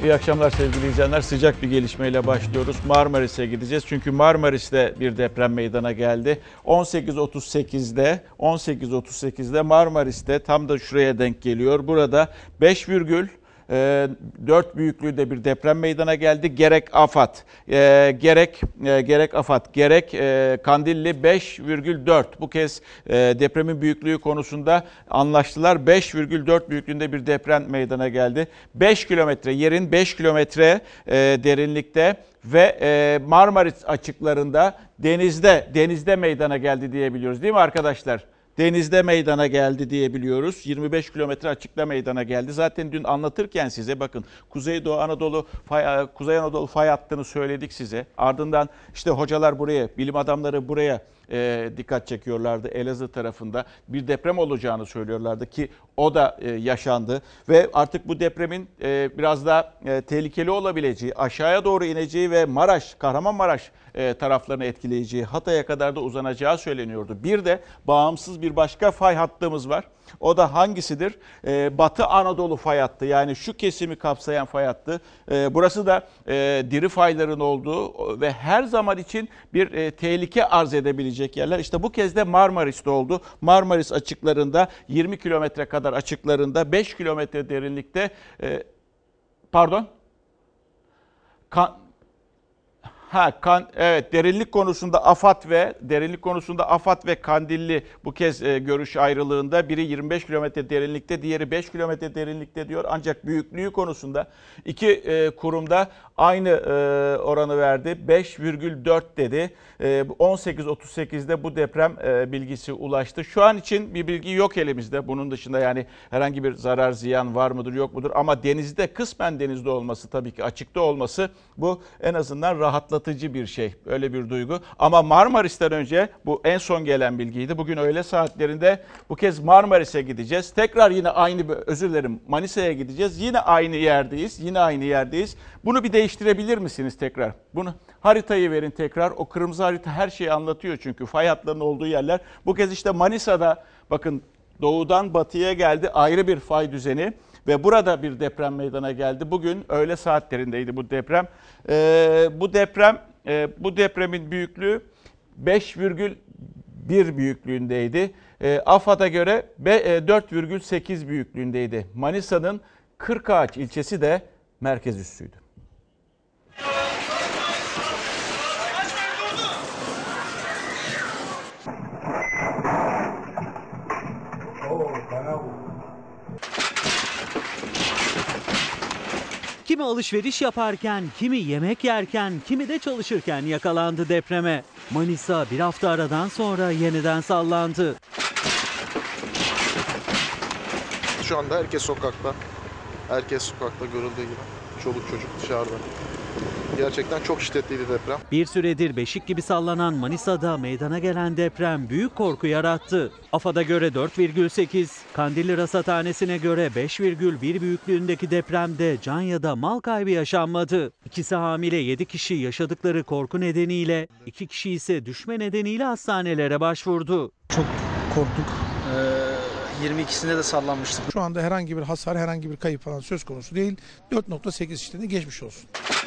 İyi akşamlar sevgili izleyenler. Sıcak bir gelişmeyle başlıyoruz. Marmaris'e gideceğiz. Çünkü Marmaris'te bir deprem meydana geldi. 18.38'de Marmaris'te tam da şuraya denk geliyor. Burada 5,4 büyüklüğünde bir deprem meydana geldi. Gerek AFAD, gerek Kandilli 5,4. Bu kez depremin büyüklüğü konusunda anlaştılar. 5,4 büyüklüğünde bir deprem meydana geldi. 5 kilometre, yerin 5 kilometre derinlikte ve Marmaris açıklarında denizde meydana geldi diyebiliyoruz, değil mi arkadaşlar? Denizde meydana geldi diyebiliyoruz. 25 kilometre açıkta meydana geldi. Zaten dün anlatırken size bakın Kuzey Anadolu fay hattını söyledik size. Ardından işte hocalar buraya, bilim adamları buraya dikkat çekiyorlardı. Elazığ tarafında bir deprem olacağını söylüyorlardı ki o da yaşandı. Ve artık bu depremin biraz daha tehlikeli olabileceği, aşağıya doğru ineceği ve Kahramanmaraş taraflarını etkileyeceği, Hatay'a kadar da uzanacağı söyleniyordu. Bir de bağımsız bir başka fay hattımız var. O da hangisidir? Batı Anadolu fay hattı. Yani şu kesimi kapsayan fay hattı. Burası da diri fayların olduğu ve her zaman için bir tehlike arz edebilecek yerler. İşte bu kez de Marmaris'te oldu. Marmaris açıklarında 20 kilometre kadar açıklarında 5 kilometre derinlikte evet, derinlik konusunda AFAD ve Kandilli bu kez görüş ayrılığında. Biri 25 kilometre derinlikte, diğeri 5 kilometre derinlikte diyor. Ancak büyüklüğü konusunda iki kurumda aynı oranı verdi. 5,4 dedi. 18.38'de bu deprem bilgisi ulaştı. Şu an için bir bilgi yok elimizde. Bunun dışında yani herhangi bir zarar, ziyan var mıdır, yok mudur? Ama kısmen denizde olması, tabii ki açıkta olması, bu en azından rahatlatıcı bir şey. Öyle bir duygu. Ama Marmaris'ten önce, bu en son gelen bilgiydi. Bugün öğle saatlerinde bu kez Marmaris'e gideceğiz. Tekrar yine Manisa'ya gideceğiz. Yine aynı yerdeyiz. Bunu bir değiştirebilir misiniz tekrar? Haritayı verin tekrar. O kırmızı harita her şeyi anlatıyor çünkü. Fay hatlarının olduğu yerler. Bu kez işte Manisa'da bakın doğudan batıya geldi ayrı bir fay düzeni. Ve burada bir deprem meydana geldi. Bugün öğle saatlerindeydi bu deprem. Bu depremin büyüklüğü 5,1 büyüklüğündeydi. AFAD'a göre 4,8 büyüklüğündeydi. Manisa'nın Kırkağaç ilçesi de merkez üssüydü. Kimi alışveriş yaparken, kimi yemek yerken, kimi de çalışırken yakalandı depreme. Manisa bir hafta aradan sonra yeniden sallandı. Şu anda herkes sokakta. Herkes sokakta görüldüğü gibi. Çoluk çocuk dışarıda. Gerçekten çok şiddetliydi deprem. Bir süredir beşik gibi sallanan Manisa'da meydana gelen deprem büyük korku yarattı. AFAD'a göre 4,8, Kandilli Rasathanesi'ne göre 5,1 büyüklüğündeki depremde can ya da mal kaybı yaşanmadı. İkisi hamile 7 kişi yaşadıkları korku nedeniyle, 2 kişi ise düşme nedeniyle hastanelere başvurdu. Çok korktuk. 22'sinde de sallanmıştık. Şu anda herhangi bir hasar, herhangi bir kayıp falan söz konusu değil. 4,8 işlerinde geçmiş olsun.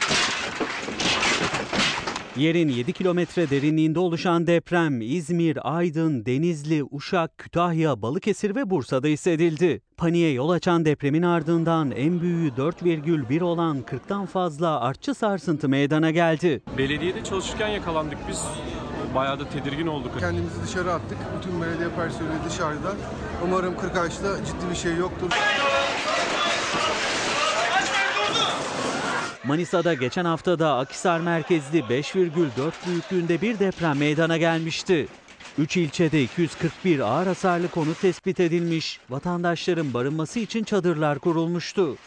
Yerin 7 kilometre derinliğinde oluşan deprem İzmir, Aydın, Denizli, Uşak, Kütahya, Balıkesir ve Bursa'da hissedildi. Paniğe yol açan depremin ardından en büyüğü 4,1 olan 40'tan fazla artçı sarsıntı meydana geldi. Belediyede çalışırken yakalandık biz. Bayağı da tedirgin olduk. Kendimizi dışarı attık. Bütün belediye personeli dışarıda. Umarım Kırkağaç'ta ciddi bir şey yoktur. Manisa'da geçen haftada Akhisar merkezli 5,4 büyüklüğünde bir deprem meydana gelmişti. 3 ilçede 241 ağır hasarlı konut tespit edilmiş, vatandaşların barınması için çadırlar kurulmuştu.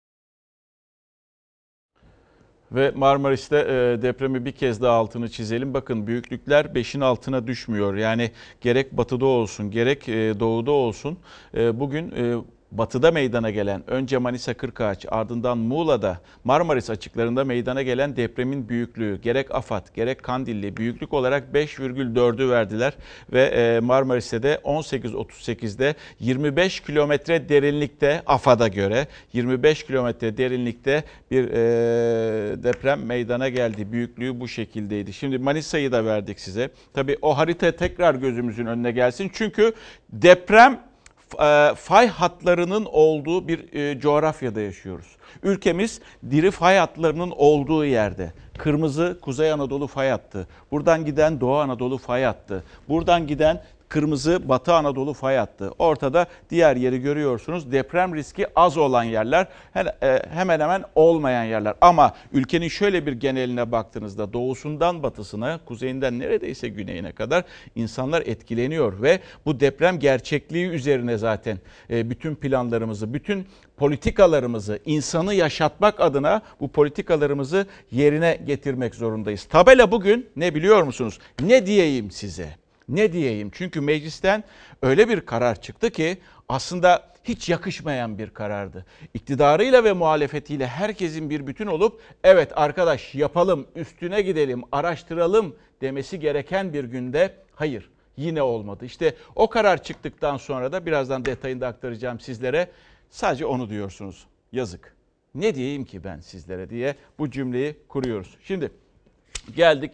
Ve Marmaris'te depremi bir kez daha altını çizelim. Bakın büyüklükler 5'in altına düşmüyor. Yani gerek batıda olsun gerek doğuda olsun bugün batıda meydana gelen, önce Manisa Kırkağaç, ardından Muğla'da Marmaris açıklarında meydana gelen depremin büyüklüğü gerek AFAD gerek Kandilli büyüklük olarak 5,4'ü verdiler ve Marmaris'te de 18.38'de 25 kilometre derinlikte, AFAD'a göre 25 kilometre derinlikte bir deprem meydana geldi. Büyüklüğü bu şekildeydi. Şimdi Manisa'yı da verdik size. Tabii o harita tekrar gözümüzün önüne gelsin. Çünkü deprem fay hatlarının olduğu bir coğrafyada yaşıyoruz. Ülkemiz diri fay hatlarının olduğu yerde. Kırmızı Kuzey Anadolu fay hattı. Buradan giden Doğu Anadolu fay hattı. Buradan giden kırmızı Batı Anadolu fay hattı. Ortada diğer yeri görüyorsunuz. Deprem riski az olan yerler, hemen hemen olmayan yerler. Ama ülkenin şöyle bir geneline baktığınızda doğusundan batısına, kuzeyinden neredeyse güneyine kadar insanlar etkileniyor. Ve bu deprem gerçekliği üzerine zaten bütün planlarımızı, bütün politikalarımızı, insanı yaşatmak adına bu politikalarımızı yerine getirmek zorundayız. Tabela bugün ne biliyor musunuz? Ne diyeyim size? Ne diyeyim? Çünkü meclisten öyle bir karar çıktı ki aslında hiç yakışmayan bir karardı. İktidarıyla ve muhalefetiyle herkesin bir bütün olup evet arkadaş yapalım, üstüne gidelim, araştıralım demesi gereken bir günde hayır yine olmadı. İşte o karar çıktıktan sonra da birazdan detayını da aktaracağım sizlere. Sadece onu diyorsunuz. Yazık. Ne diyeyim ki ben sizlere diye bu cümleyi kuruyoruz. Şimdi geldik.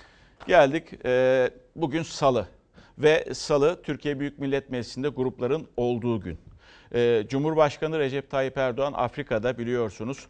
Bugün Salı ve Salı Türkiye Büyük Millet Meclisi'nde grupların olduğu gün. Cumhurbaşkanı Recep Tayyip Erdoğan Afrika'da biliyorsunuz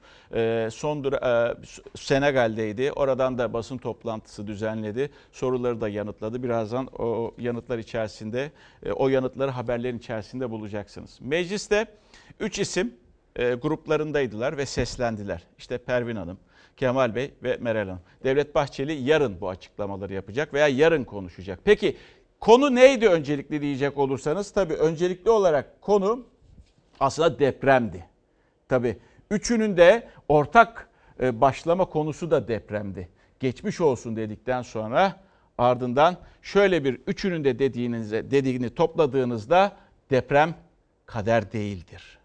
Senegal'deydi. Oradan da basın toplantısı düzenledi. Soruları da yanıtladı. Birazdan o yanıtlar içerisinde, o yanıtları haberlerin içerisinde bulacaksınız. Mecliste 3 isim gruplarındaydılar ve seslendiler. İşte Pervin Hanım, Kemal Bey ve Meral Hanım. Devlet Bahçeli yarın bu açıklamaları yapacak veya yarın konuşacak. Peki konu neydi öncelikli diyecek olursanız, tabii öncelikli olarak konu aslında depremdi. Tabii üçünün de ortak başlama konusu da depremdi. Geçmiş olsun dedikten sonra ardından şöyle bir üçünün de dediğini topladığınızda deprem kader değildir.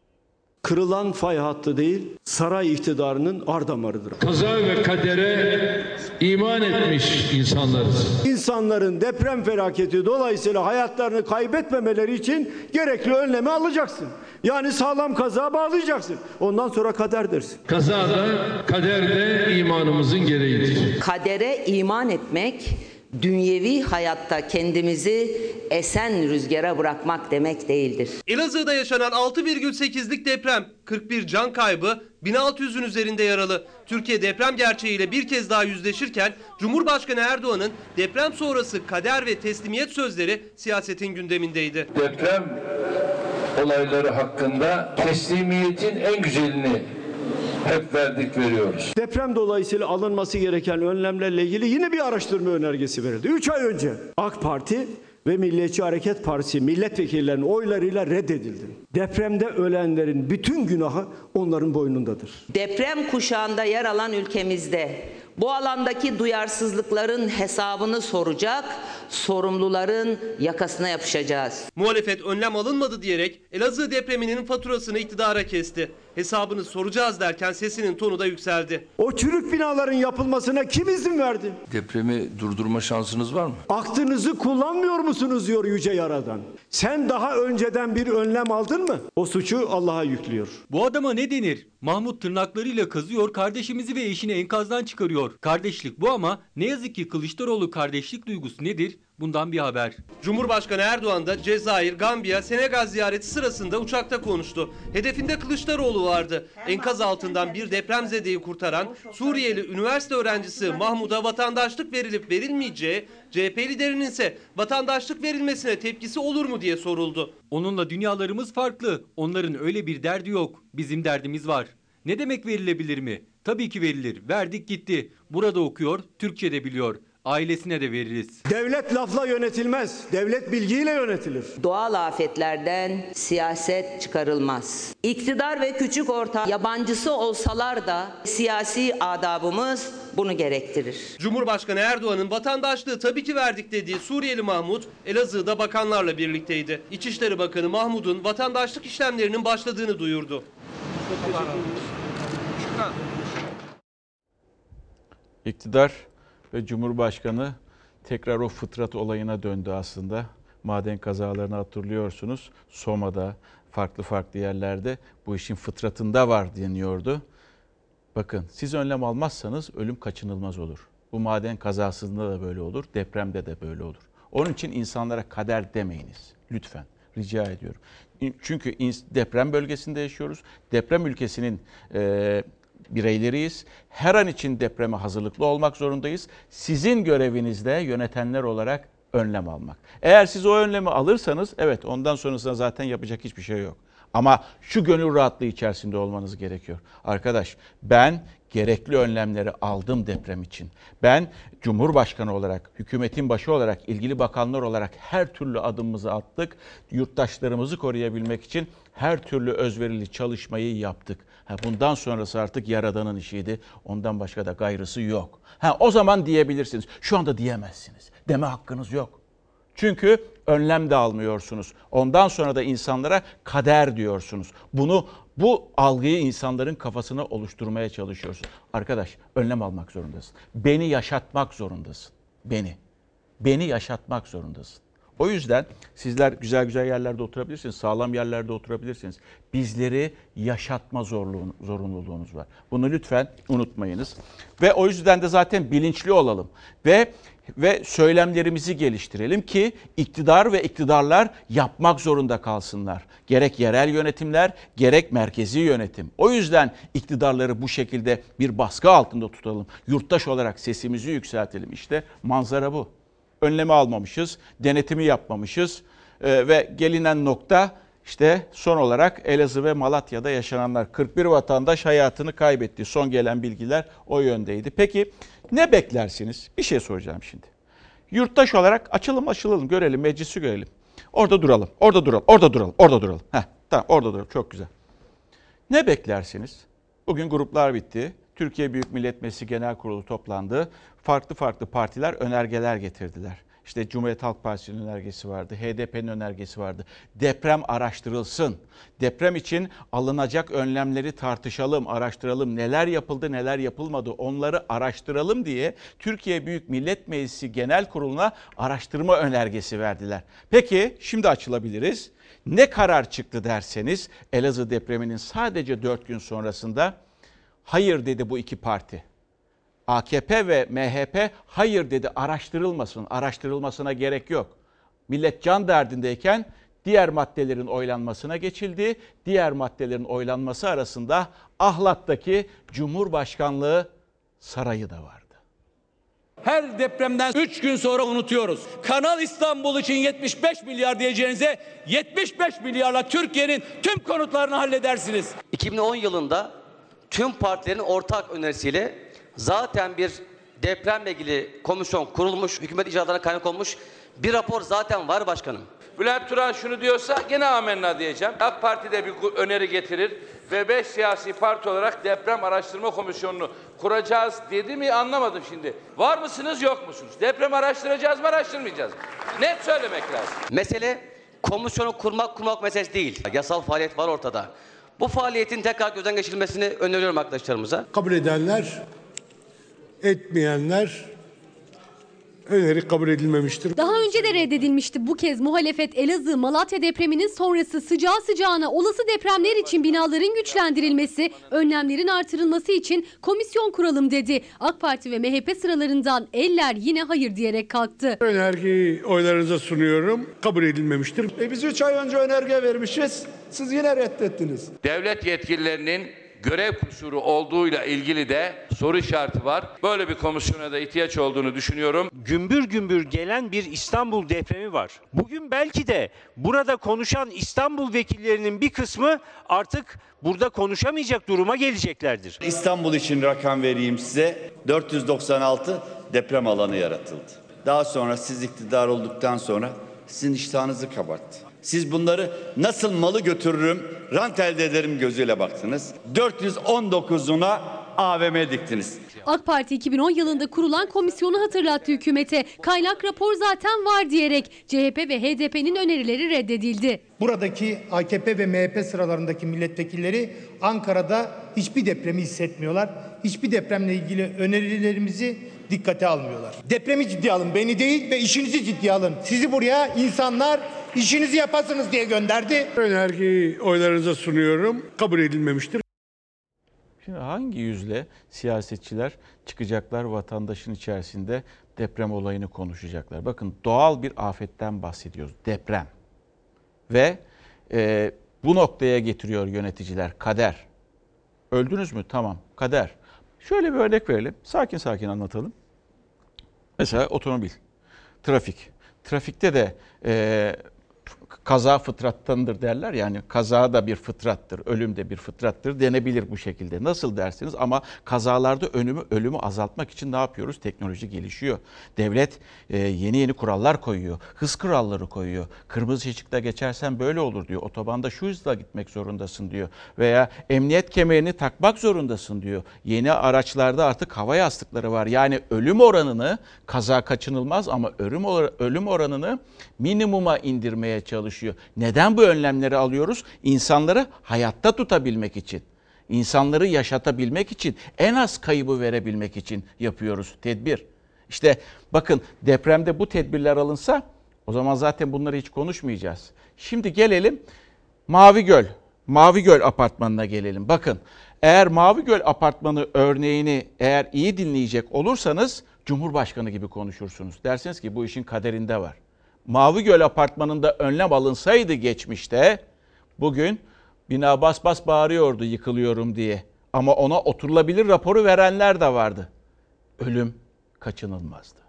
Kırılan fay hattı değil, saray iktidarının ardamarıdır. Kaza ve kadere iman etmiş insanlarız. İnsanların deprem felaketi dolayısıyla hayatlarını kaybetmemeleri için gerekli önlemi alacaksın. Yani sağlam kaza bağlayacaksın. Ondan sonra kader dersin. Kaza da kader de imanımızın gereğidir. Kadere iman etmek, dünyevi hayatta kendimizi esen rüzgara bırakmak demek değildir. Elazığ'da yaşanan 6,8'lik deprem, 41 can kaybı, 1600'ün üzerinde yaralı. Türkiye deprem gerçeğiyle bir kez daha yüzleşirken Cumhurbaşkanı Erdoğan'ın deprem sonrası kader ve teslimiyet sözleri siyasetin gündemindeydi. Deprem olayları hakkında teslimiyetin en güzelini hep veriyoruz. Deprem dolayısıyla alınması gereken önlemlerle ilgili yine bir araştırma önergesi verildi. 3 ay önce AK Parti ve Milliyetçi Hareket Partisi milletvekillerinin oylarıyla reddedildi. Depremde ölenlerin bütün günahı onların boynundadır. Deprem kuşağında yer alan ülkemizde bu alandaki duyarsızlıkların hesabını soracak, sorumluların yakasına yapışacağız. Muhalefet önlem alınmadı diyerek Elazığ depreminin faturasını iktidara kesti. Hesabını soracağız derken sesinin tonu da yükseldi. O çürük binaların yapılmasına kim izin verdi? Depremi durdurma şansınız var mı? Aklınızı kullanmıyor musunuz diyor Yüce Yaradan. Sen daha önceden bir önlem aldın mı? O suçu Allah'a yüklüyor. Bu adama ne denir? Mahmut tırnaklarıyla kazıyor, kardeşimizi ve eşini enkazdan çıkarıyor. Kardeşlik bu ama ne yazık ki Kılıçdaroğlu kardeşlik duygusu nedir? Bundan bir haber. Cumhurbaşkanı Erdoğan da Cezayir, Gambiya, Senegal ziyareti sırasında uçakta konuştu. Hedefinde Kılıçdaroğlu vardı. Enkaz altından bir depremzedeyi kurtaran Suriyeli üniversite öğrencisi Mahmud'a vatandaşlık verilip verilmeyeceği, CHP liderinin ise vatandaşlık verilmesine tepkisi olur mu diye soruldu. Onunla dünyalarımız farklı. Onların öyle bir derdi yok. Bizim derdimiz var. Ne demek verilebilir mi? Tabii ki verilir. Verdik gitti. Burada okuyor, Türkçe de biliyor. ailesine de veririz. Devlet lafla yönetilmez. Devlet bilgiyle yönetilir. Doğal afetlerden siyaset çıkarılmaz. İktidar ve küçük orta yabancısı olsalar da siyasi adabımız bunu gerektirir. Cumhurbaşkanı Erdoğan'ın vatandaşlığı tabii ki verdik dediği Suriyeli Mahmut, Elazığ'da bakanlarla birlikteydi. İçişleri Bakanı Mahmut'un vatandaşlık işlemlerinin başladığını duyurdu. İktidar ve Cumhurbaşkanı tekrar o fıtrat olayına döndü aslında. Maden kazalarını hatırlıyorsunuz. Soma'da, farklı yerlerde bu işin fıtratında var deniyordu. Bakın siz önlem almazsanız ölüm kaçınılmaz olur. Bu maden kazasında da böyle olur, depremde de böyle olur. Onun için insanlara kader demeyiniz. Lütfen, rica ediyorum. Çünkü deprem bölgesinde yaşıyoruz. Deprem ülkesinin bireyleriyiz. Her an için depreme hazırlıklı olmak zorundayız. Sizin göreviniz de yönetenler olarak önlem almak. Eğer siz o önlemi alırsanız evet ondan sonrasında zaten yapacak hiçbir şey yok. Ama şu gönül rahatlığı içerisinde olmanız gerekiyor. Arkadaş ben gerekli önlemleri aldım deprem için. Ben Cumhurbaşkanı olarak, hükümetin başı olarak, ilgili bakanlar olarak her türlü adımımızı attık. Yurttaşlarımızı koruyabilmek için her türlü özverili çalışmayı yaptık. Bundan sonrası artık Yaradan'ın işiydi. Ondan başka da gayrısı yok. O zaman diyebilirsiniz. Şu anda diyemezsiniz. Deme hakkınız yok. Çünkü önlem de almıyorsunuz. Ondan sonra da insanlara kader diyorsunuz. Bu algıyı insanların kafasına oluşturmaya çalışıyorsunuz. Arkadaş önlem almak zorundasın. Beni yaşatmak zorundasın. Beni yaşatmak zorundasın. O yüzden sizler güzel yerlerde oturabilirsiniz, sağlam yerlerde oturabilirsiniz. Bizleri yaşatma zorunluluğunuz var. Bunu lütfen unutmayınız. Ve o yüzden de zaten bilinçli olalım. Ve söylemlerimizi geliştirelim ki iktidar ve iktidarlar yapmak zorunda kalsınlar. Gerek yerel yönetimler, gerek merkezi yönetim. O yüzden iktidarları bu şekilde bir baskı altında tutalım. Yurttaş olarak sesimizi yükseltelim. İşte manzara bu. Önlemi almamışız, denetimi yapmamışız ve gelinen nokta işte son olarak Elazığ ve Malatya'da yaşananlar. 41 vatandaş hayatını kaybetti. Son gelen bilgiler o yöndeydi. Peki ne beklersiniz? Bir şey soracağım şimdi. Yurttaş olarak açılalım, görelim, meclisi görelim. Orada duralım. Tamam, orada duralım. Çok güzel. Ne beklersiniz? Bugün gruplar bitti. Türkiye Büyük Millet Meclisi Genel Kurulu toplandı. Farklı partiler önergeler getirdiler. İşte Cumhuriyet Halk Partisi'nin önergesi vardı, HDP'nin önergesi vardı. Deprem araştırılsın. Deprem için alınacak önlemleri tartışalım, araştıralım. Neler yapıldı, neler yapılmadı onları araştıralım diye Türkiye Büyük Millet Meclisi Genel Kurulu'na araştırma önergesi verdiler. Peki şimdi açılabiliriz. Ne karar çıktı derseniz Elazığ depreminin sadece 4 gün sonrasında hayır dedi bu iki parti. AKP ve MHP hayır dedi, araştırılmasına gerek yok. Millet can derdindeyken diğer maddelerin oylanmasına geçildi. Diğer maddelerin oylanması arasında Ahlat'taki Cumhurbaşkanlığı sarayı da vardı. Her depremden 3 gün sonra unutuyoruz. Kanal İstanbul için 75 milyar diyeceğinize 75 milyarla Türkiye'nin tüm konutlarını halledersiniz. 2010 yılında tüm partilerin ortak önerisiyle zaten bir depremle ilgili komisyon kurulmuş, hükümet icraatlarına kaynak olmuş bir rapor zaten var başkanım. Bülent Turan şunu diyorsa gene amenna diyeceğim. AK Parti de bir öneri getirir ve 5 siyasi parti olarak deprem araştırma komisyonunu kuracağız dedi mi anlamadım şimdi. Var mısınız yok musunuz? Deprem araştıracağız mı araştırmayacağız mı? Net söylemek lazım. Mesele komisyonu kurmak meselesi değil. Yasal faaliyet var ortada. Bu faaliyetin tekrar gözden geçirilmesini öneriyorum arkadaşlarımıza. Kabul edenler, etmeyenler öneri kabul edilmemiştir. Daha önce de reddedilmişti. Bu kez muhalefet Elazığ, Malatya depreminin sonrası sıcağı sıcağına olası depremler için binaların güçlendirilmesi, önlemlerin artırılması için komisyon kuralım dedi. AK Parti ve MHP sıralarından eller yine hayır diyerek kalktı. Önergeyi oylarınıza sunuyorum. Kabul edilmemiştir. Biz 3 ay önce önerge vermişiz. Siz yine reddettiniz. Devlet yetkililerinin görev kusuru olduğuyla ilgili de soru işareti var. Böyle bir komisyona da ihtiyaç olduğunu düşünüyorum. Gümbür gümbür gelen bir İstanbul depremi var. Bugün belki de burada konuşan İstanbul vekillerinin bir kısmı artık burada konuşamayacak duruma geleceklerdir. İstanbul için rakam vereyim size. 496, deprem alanı yaratıldı. Daha sonra siz iktidar olduktan sonra sizin iştahınızı kabarttı. Siz bunları nasıl malı götürürüm, rant elde ederim gözüyle baktınız. 419'una AVM diktiniz. AK Parti 2010 yılında kurulan komisyonu hatırlattı hükümete. Kaynak rapor zaten var diyerek CHP ve HDP'nin önerileri reddedildi. Buradaki AKP ve MHP sıralarındaki milletvekilleri Ankara'da hiçbir depremi hissetmiyorlar. Hiçbir depremle ilgili önerilerimizi dikkate almıyorlar. Depremi ciddiye alın, beni değil ve işinizi ciddiye alın. Sizi buraya insanlar işinizi yapasınız diye gönderdi. Önergeyi oylarınıza sunuyorum. Kabul edilmemiştir. Şimdi hangi yüzle siyasetçiler çıkacaklar vatandaşın içerisinde deprem olayını konuşacaklar? Bakın doğal bir afetten bahsediyoruz. Deprem. Ve bu noktaya getiriyor yöneticiler. Kader. Öldünüz mü? Tamam. Kader. Şöyle bir örnek verelim. Sakin sakin anlatalım. Mesela otomobil, trafik. Trafikte de kaza fıtrattandır derler. Yani kaza da bir fıtrattır, ölüm de bir fıtrattır denebilir bu şekilde. Nasıl dersiniz? Ama kazalarda ölümü azaltmak için ne yapıyoruz? Teknoloji gelişiyor. Devlet yeni kurallar koyuyor. Hız kuralları koyuyor. Kırmızı ışıkta geçersen böyle olur diyor. Otobanda şu hızla gitmek zorundasın diyor. Veya emniyet kemerini takmak zorundasın diyor. Yeni araçlarda artık hava yastıkları var. Yani ölüm oranını, kaza kaçınılmaz ama ölüm oranını minimuma indirmeye çalışıyor. Neden bu önlemleri alıyoruz? İnsanları hayatta tutabilmek için, insanları yaşatabilmek için, en az kaybı verebilmek için yapıyoruz tedbir. İşte bakın depremde bu tedbirler alınsa o zaman zaten bunları hiç konuşmayacağız. Şimdi gelelim Mavi Göl apartmanına gelelim. Bakın eğer Mavi Göl apartmanı örneğini eğer iyi dinleyecek olursanız Cumhurbaşkanı gibi konuşursunuz. Dersiniz ki bu işin kaderinde var. Mavi Göl apartmanında önlem alınsaydı geçmişte bugün bina bas bas bağırıyordu yıkılıyorum diye. Ama ona oturulabilir raporu verenler de vardı. Ölüm kaçınılmazdı.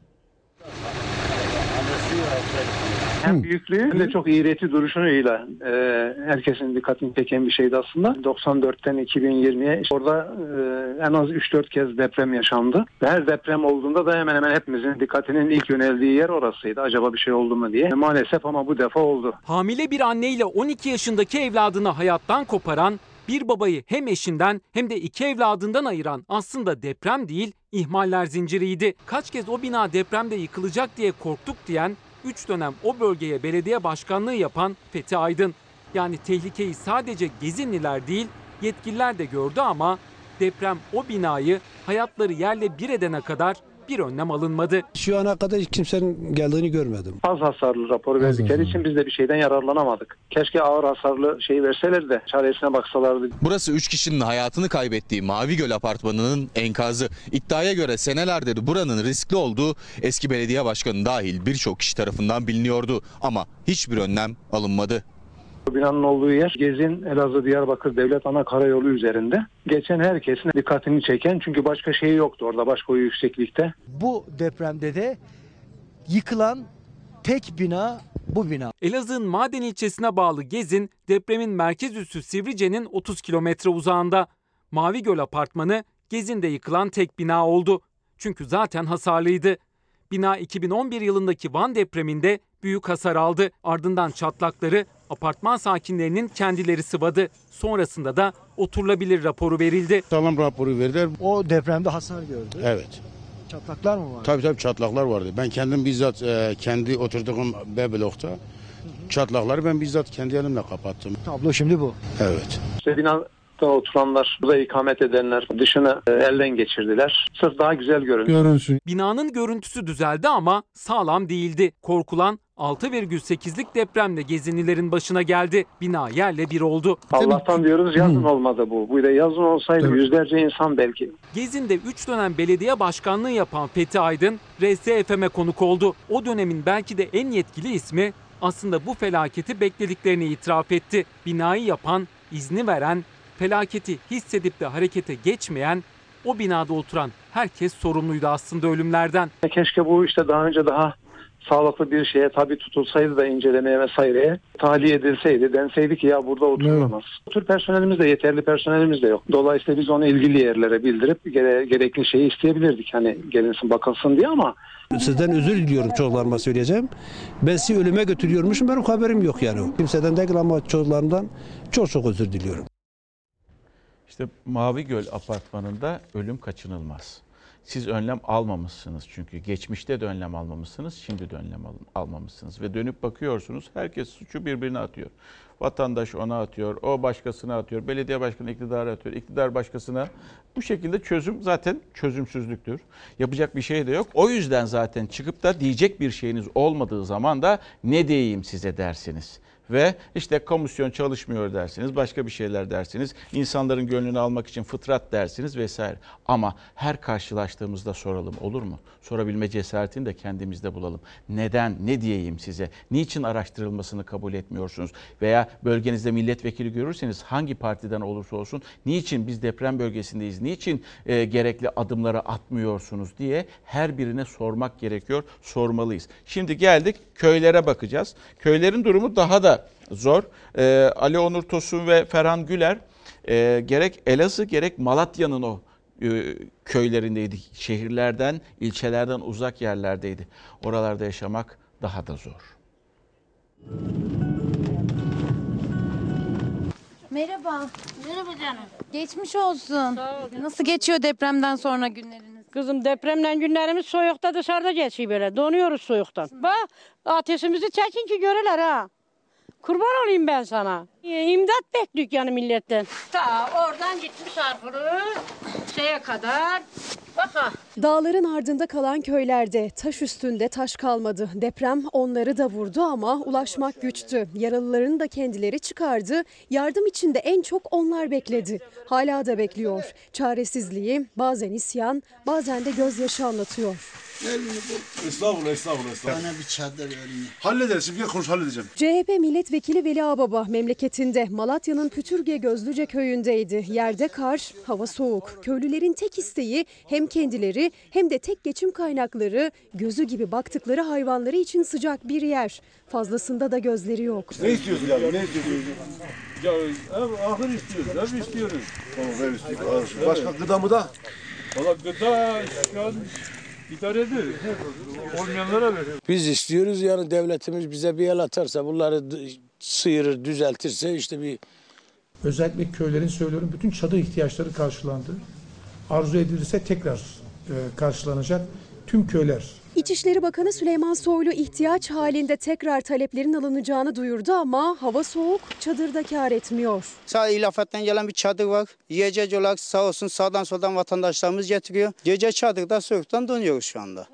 Hem büyüklüğü hem de çok iğreti duruşuyla herkesin dikkatini çeken bir şeydi aslında. 94'ten 2020'ye orada en az 3-4 kez deprem yaşandı. Ve her deprem olduğunda da hemen hemen hepimizin dikkatinin ilk yöneldiği yer orasıydı. Acaba bir şey oldu mu diye. Maalesef ama bu defa oldu. Hamile bir anneyle 12 yaşındaki evladını hayattan koparan, bir babayı hem eşinden hem de 2 evladından ayıran aslında deprem değil, ihmaller zinciriydi. Kaç kez o bina depremde yıkılacak diye korktuk diyen, 3 dönem o bölgeye belediye başkanlığı yapan Fethi Aydın. Yani tehlikeyi sadece Gezinliler değil, yetkililer de gördü ama deprem o binayı hayatları yerle bir edene kadar bir önlem alınmadı. Şu ana kadar hiç kimsenin geldiğini görmedim. Az hasarlı raporu verdikleri için biz de bir şeyden yararlanamadık. Keşke ağır hasarlı şeyi verseler de çaresine baksalardı. Burası 3 kişinin hayatını kaybettiği Mavi Göl apartmanının enkazı. İddiaya göre senelerdir buranın riskli olduğu eski belediye başkanı dahil birçok kişi tarafından biliniyordu. Ama hiçbir önlem alınmadı. Binanın olduğu yer Gezin Elazığ-Diyarbakır Devlet Ana Karayolu üzerinde. Geçen herkesin dikkatini çeken, çünkü başka şey yoktu orada, başka o yükseklikte. Bu depremde de yıkılan tek bina bu bina. Elazığ'ın Maden ilçesine bağlı Gezin, depremin merkez üssü Sivrice'nin 30 kilometre uzağında. Mavi Göl apartmanı Gezin'de yıkılan tek bina oldu. Çünkü zaten hasarlıydı. Bina 2011 yılındaki Van depreminde büyük hasar aldı. Ardından çatlakları apartman sakinlerinin kendileri sıvadı. Sonrasında da oturulabilir raporu verildi. Sağlam raporu verdiler. O depremde hasar gördü. Evet. Çatlaklar mı var? Tabii çatlaklar vardı. Ben kendim bizzat kendi oturduğum B blokta çatlakları ben bizzat kendi elimle kapattım. Tablo şimdi bu. Evet. İşte binada oturanlar, burada ikamet edenler dışını elden geçirdiler. Sırf daha güzel görünsün. Binanın görüntüsü düzeldi ama sağlam değildi. Korkulan 6,8'lik depremle Gezinlilerin başına geldi. Bina yerle bir oldu. Allah'tan diyoruz yazın olmadı bu. Bu da yazın olsaydı yüzlerce insan belki. Gezin'de 3 dönem belediye başkanlığı yapan Fethi Aydın, RSFM'e konuk oldu. O dönemin belki de en yetkili ismi aslında bu felaketi beklediklerini itiraf etti. Binayı yapan, izni veren, felaketi hissedip de harekete geçmeyen, o binada oturan herkes sorumluydu aslında ölümlerden. Keşke bu işte daha önce daha sağlıklı bir şeye tabi tutulsaydı da incelemeye vesaireye tahliye edilseydi, denseydi ki ya burada oturulamaz. Bu tür personelimiz de, yeterli personelimiz de yok. Dolayısıyla biz onu ilgili yerlere bildirip gerekli şeyi isteyebilirdik. Hani gelinsin bakılsın diye ama Sizden özür diliyorum, çocuklarıma söyleyeceğim. Ben sizi ölüme götürüyormuşum, benim haberim yok yani. Kimseden değil ama çocuklarımdan çok özür diliyorum. İşte Mavi Göl apartmanında ölüm kaçınılmaz. Siz önlem almamışsınız çünkü. Geçmişte de önlem almamışsınız, şimdi de önlem almamışsınız. Ve dönüp bakıyorsunuz, herkes suçu birbirine atıyor. Vatandaş ona atıyor, o başkasına atıyor, belediye başkanı iktidara atıyor, iktidar başkasına. Bu şekilde çözüm zaten çözümsüzlüktür. Yapacak bir şey de yok. O yüzden zaten çıkıp da diyecek bir şeyiniz olmadığı zaman da ne diyeyim size dersiniz. Ve işte komisyon çalışmıyor dersiniz, başka bir şeyler dersiniz, insanların gönlünü almak için fıtrat dersiniz vesaire. Ama her karşılaştığımızda soralım, olur mu? Sorabilme cesaretini de kendimizde bulalım. Neden, ne diyeyim size? Niçin araştırılmasını kabul etmiyorsunuz? Veya bölgenizde milletvekili görürseniz hangi partiden olursa olsun, niçin biz deprem bölgesindeyiz, niçin gerekli adımları atmıyorsunuz diye her birine sormak gerekiyor, sormalıyız. Şimdi geldik köylere bakacağız. Köylerin durumu daha da zor. Ali Onur Tosun ve Ferhan Güler gerek Elazığ gerek Malatya'nın o köylerindeydi. Şehirlerden, ilçelerden uzak yerlerdeydi. Oralarda yaşamak daha da zor. Merhaba. Merhaba canım. Geçmiş olsun. Sağ ol. Nasıl geçiyor depremden sonra günleriniz? Kızım depremden günlerimiz soğukta dışarıda geçiyor böyle. Donuyoruz soğuktan. Bak ateşimizi çekin ki görürler ha. Kurban olayım ben sana. İmdat bekliyoruz yani milletten. Ta oradan gitmiş arkırı şeye kadar. Bak. Dağların ardında kalan köylerde taş üstünde taş kalmadı. Deprem onları da vurdu ama ulaşmak güçtü. Yaralılarını da kendileri çıkardı. Yardım için de en çok onlar bekledi. Hala da bekliyor. Çaresizliği, bazen isyan, bazen de gözyaşı anlatıyor. Estağfurullah. Bana bir çadır verin. Hallederiz, şimdi gel konuş halledeceğim. CHP milletvekili Veli Ağbaba memleketinde Malatya'nın Pütürge Gözlüce köyündeydi. Yerde kar, hava soğuk. Köylülerin tek isteği hem kendileri hem de tek geçim kaynakları, gözü gibi baktıkları hayvanları için sıcak bir yer. Fazlasında da gözleri yok. Ne istiyorsun abi? Ne istiyorsun? Ya ahır istiyoruz, ev istiyoruz. Tamam, ev istiyoruz. Başka gıda mı da? Valla gıda şu an idare ediyor. Olmayanlara veriyor. Biz istiyoruz yani devletimiz bize bir el atarsa, bunları sıyırır, düzeltirse işte bir... Özellikle köylerin söylüyorum bütün çadır ihtiyaçları karşılandı. Arzu edilirse tekrar karşılanacak tüm köyler. İçişleri Bakanı Süleyman Soylu ihtiyaç halinde tekrar taleplerin alınacağını duyurdu ama hava soğuk, çadırda kâr etmiyor. Sağ ilafattan gelen bir çadır var. Yiyecek olarak sağ olsun sağdan soldan vatandaşlarımız getiriyor. Gece çadırda soğuktan donuyoruz şu anda.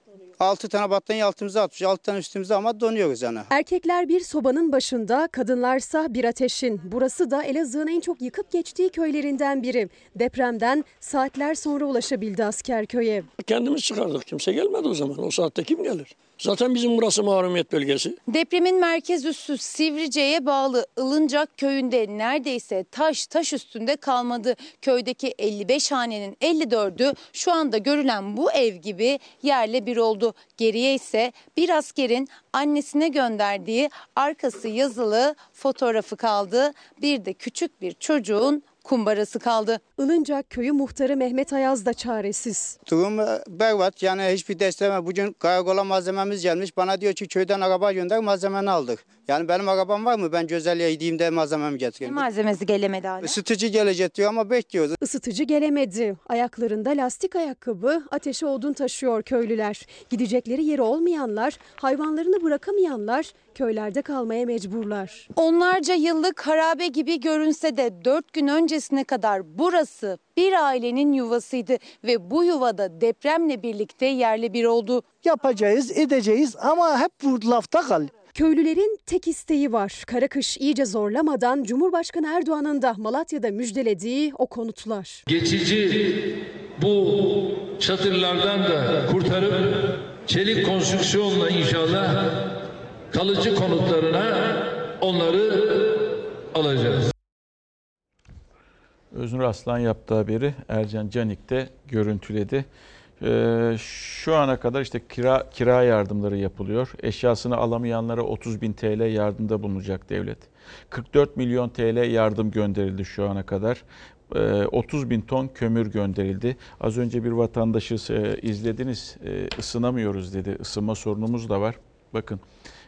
6 tane battaniye altımıza atmış, 6 tane üstümüze ama donuyoruz yani. Erkekler bir sobanın başında, kadınlarsa bir ateşin. Burası da Elazığ'ın en çok yıkıp geçtiği köylerinden biri. Depremden saatler sonra ulaşabildi Askerköy'e. Kendimiz çıkardık. Kimse gelmedi o zaman. O saatte kim gelir? Zaten bizim burası mahrumiyet bölgesi. Depremin merkez üssü Sivrice'ye bağlı Ilıncak köyünde neredeyse taş üstünde kalmadı. Köydeki 55 hanenin 54'ü şu anda görülen bu ev gibi yerle bir oldu. Geriye ise bir askerin annesine gönderdiği arkası yazılı fotoğrafı kaldı. Bir de küçük bir çocuğun kumbarası kaldı. Ilıncak köyü muhtarı Mehmet Ayaz da çaresiz. Durum berbat yani hiçbir destek. Bugün karakola malzememiz gelmiş. Bana diyor ki köyden araba gönder, malzemeni aldık. Yani benim arabam var mı? Ben Gözel'e gideyim malzememi getireyim. Ne malzemesi gelemedi hala? Isıtıcı gelecek diyor ama bekliyoruz. Isıtıcı gelemedi. Ayaklarında lastik ayakkabı, ateşe odun taşıyor köylüler. Gidecekleri yeri olmayanlar, hayvanlarını bırakamayanlar köylerde kalmaya mecburlar. Onlarca yıllık harabe gibi görünse de 4 gün öncesine kadar burası bir ailenin yuvasıydı ve bu yuvada depremle birlikte yerle bir oldu. Yapacağız, edeceğiz ama hep bu lafta kal. Köylülerin tek isteği var. Kara kış iyice zorlamadan Cumhurbaşkanı Erdoğan'ın da Malatya'da müjdelediği o konutlar. Geçici bu çadırlardan da kurtarıp çelik konstrüksiyonla inşallah kalıcı konutlarına onları alacağız. Öznur Aslan yaptığı haberi Ercan Canik de görüntüledi. Şu ana kadar işte kira yardımları yapılıyor. Eşyasını alamayanlara 30.000 TL yardımda bulunacak devlet. 44 milyon TL yardım gönderildi şu ana kadar. 30.000 ton kömür gönderildi. Az önce bir vatandaşı izlediniz. Isınamıyoruz dedi. Isınma sorunumuz da var. Bakın.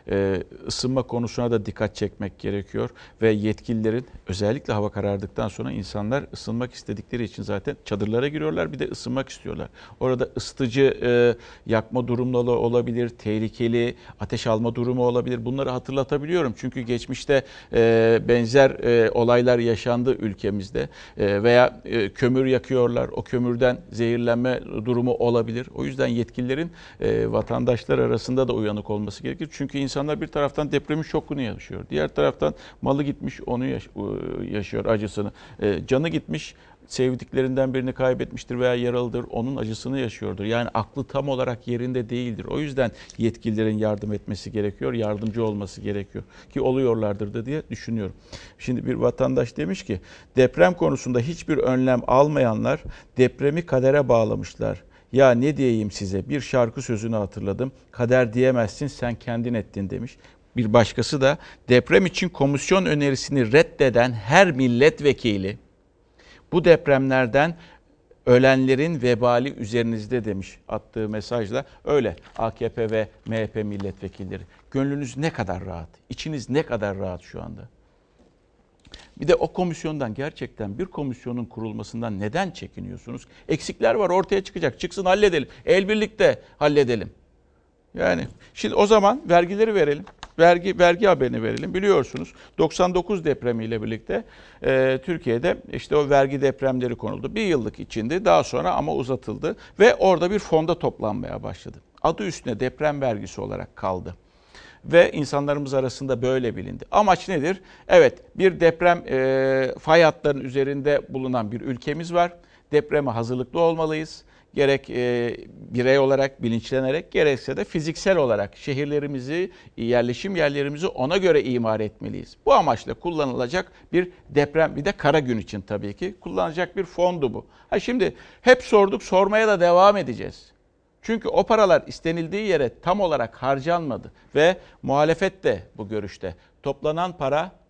Isınma konusuna da dikkat çekmek gerekiyor ve yetkililerin özellikle hava karardıktan sonra insanlar ısınmak istedikleri için zaten çadırlara giriyorlar, bir de ısınmak istiyorlar. Orada ısıtıcı yakma durumları olabilir, tehlikeli ateş alma durumu olabilir. Bunları hatırlatabiliyorum çünkü geçmişte benzer olaylar yaşandı ülkemizde veya kömür yakıyorlar, o kömürden zehirlenme durumu olabilir. O yüzden yetkililerin vatandaşlar arasında da uyanık olması gerekir. Çünkü İnsanlar bir taraftan depremin şokunu yaşıyor. Diğer taraftan malı gitmiş onu yaşıyor acısını. Canı gitmiş sevdiklerinden birini kaybetmiştir veya yaralıdır onun acısını yaşıyordur. Yani aklı tam olarak yerinde değildir. O yüzden yetkililerin yardım etmesi gerekiyor. Yardımcı olması gerekiyor. Ki oluyorlardır da diye düşünüyorum. Şimdi bir vatandaş demiş ki deprem konusunda hiçbir önlem almayanlar depremi kadere bağlamışlar. Ya ne diyeyim size, bir şarkı sözünü hatırladım. Kader diyemezsin sen kendin ettin demiş. Bir başkası da deprem için komisyon önerisini reddeden her milletvekili bu depremlerden ölenlerin vebali üzerinizde demiş attığı mesajla. Öyle AKP ve MHP milletvekilleri. Gönlünüz ne kadar rahat, içiniz ne kadar rahat şu anda. Bir de o komisyondan gerçekten bir komisyonun kurulmasından neden çekiniyorsunuz? Eksikler var ortaya çıkacak. Çıksın halledelim. El birlikte halledelim. Yani şimdi o zaman vergileri verelim. Vergi haberini verelim. Biliyorsunuz 99 depremiyle birlikte Türkiye'de işte o vergi depremleri konuldu. Bir yıllık içinde daha sonra ama uzatıldı. Ve orada bir fonda toplanmaya başladı. Adı üstüne deprem vergisi olarak kaldı. Ve insanlarımız arasında böyle bilindi. Amaç nedir? Evet, bir deprem fay hatlarının üzerinde bulunan bir ülkemiz var. Depreme hazırlıklı olmalıyız. Gerek birey olarak bilinçlenerek gerekse de fiziksel olarak şehirlerimizi, yerleşim yerlerimizi ona göre imar etmeliyiz. Bu amaçla kullanılacak bir deprem, bir de kara gün için tabii ki kullanılacak bir fondu bu. Şimdi hep sorduk, sormaya da devam edeceğiz. Çünkü o paralar istenildiği yere tam olarak harcanmadı ve muhalefet de bu görüşte. Toplanan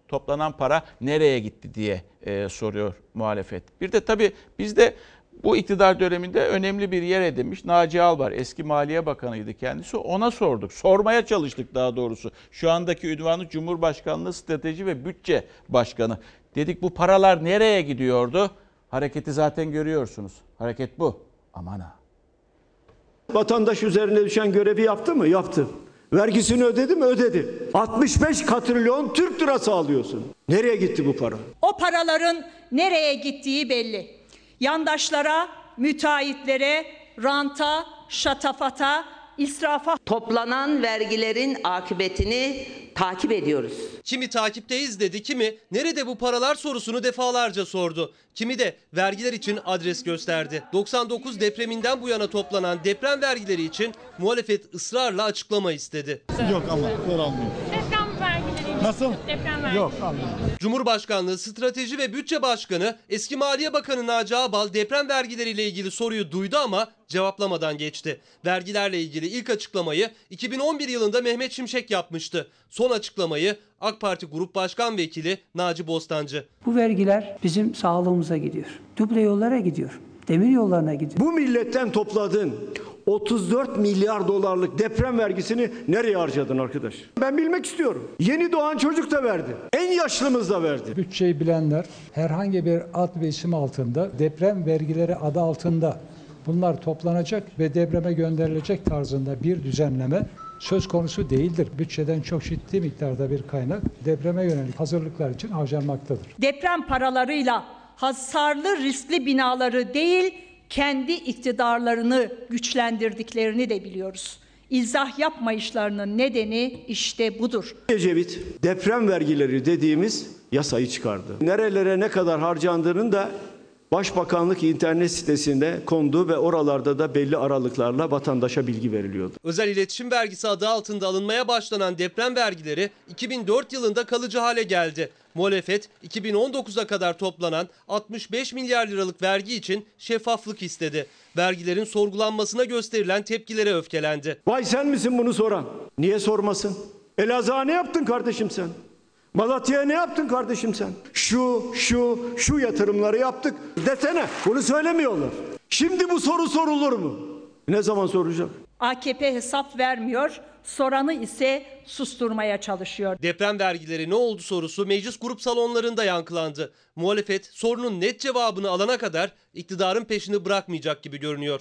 para nereye gitti diye soruyor muhalefet. Bir de tabii bizde bu iktidar döneminde önemli bir yer edinmiş Naci Albar, eski Maliye Bakanıydı kendisi. Ona sorduk, sormaya çalıştık daha doğrusu. Şu andaki ünvanı Cumhurbaşkanlığı Strateji ve Bütçe Başkanı. Dedik bu paralar nereye gidiyordu? Hareketi zaten görüyorsunuz. Hareket bu. Aman ha. Vatandaş üzerine düşen görevi yaptı mı? Yaptı. Vergisini ödedi mi? Ödedi. 65 katrilyon Türk lirası alıyorsun. Nereye gitti bu para? O paraların nereye gittiği belli. Yandaşlara, müteahhitlere, ranta, şatafata, israfa. Toplanan vergilerin akıbetini takip ediyoruz. Kimi takipteyiz dedi, kimi nerede bu paralar sorusunu defalarca sordu. Kimi de vergiler için adres gösterdi. 99 depreminden bu yana toplanan deprem vergileri için muhalefet ısrarla açıklama istedi. Yok ama zor almıyor. Deprem vergileri. Nasıl? Deprem vergileri. Yok almıyor. Cumhurbaşkanlığı Strateji ve Bütçe Başkanı eski Maliye Bakanı Naci Ağbal deprem vergileriyle ilgili soruyu duydu ama cevaplamadan geçti. Vergilerle ilgili ilk açıklamayı 2011 yılında Mehmet Şimşek yapmıştı. Son açıklamayı AK Parti Grup Başkan Vekili Naci Bostancı. Bu vergiler bizim sağlığımıza gidiyor. Duble yollara gidiyor. Demir yollarına gidiyor. Bu milletten topladığın 34 milyar dolarlık deprem vergisini nereye harcadın arkadaş? Ben bilmek istiyorum. Yeni doğan çocuk da verdi. En yaşlımız da verdi. Bütçeyi bilenler herhangi bir ad ve isim altında deprem vergileri adı altında bunlar toplanacak ve depreme gönderilecek tarzında bir düzenleme söz konusu değildir. Bütçeden çok ciddi miktarda bir kaynak depreme yönelik hazırlıklar için harcanmaktadır. Deprem paralarıyla hasarlı riskli binaları değil, kendi iktidarlarını güçlendirdiklerini de biliyoruz. İzah yapmayışlarının nedeni işte budur. Ecevit deprem vergileri dediğimiz yasayı çıkardı. Nerelere ne kadar harcandığının da Başbakanlık internet sitesinde kondu ve oralarda da belli aralıklarla vatandaşa bilgi veriliyordu. Özel iletişim vergisi adı altında alınmaya başlanan deprem vergileri 2004 yılında kalıcı hale geldi. Muhalefet 2019'a kadar toplanan 65 milyar liralık vergi için şeffaflık istedi. Vergilerin sorgulanmasına gösterilen tepkilere öfkelendi. Vay sen misin bunu soran? Niye sormasın? Elazığ'a ne yaptın kardeşim sen? Malatya'ya ne yaptın kardeşim sen? Şu yatırımları yaptık desene. Bunu söylemiyorlar. Şimdi bu soru sorulur mu? Ne zaman soracak? AKP hesap vermiyor, soranı ise susturmaya çalışıyor. Deprem vergileri ne oldu sorusu meclis grup salonlarında yankılandı. Muhalefet sorunun net cevabını alana kadar iktidarın peşini bırakmayacak gibi görünüyor.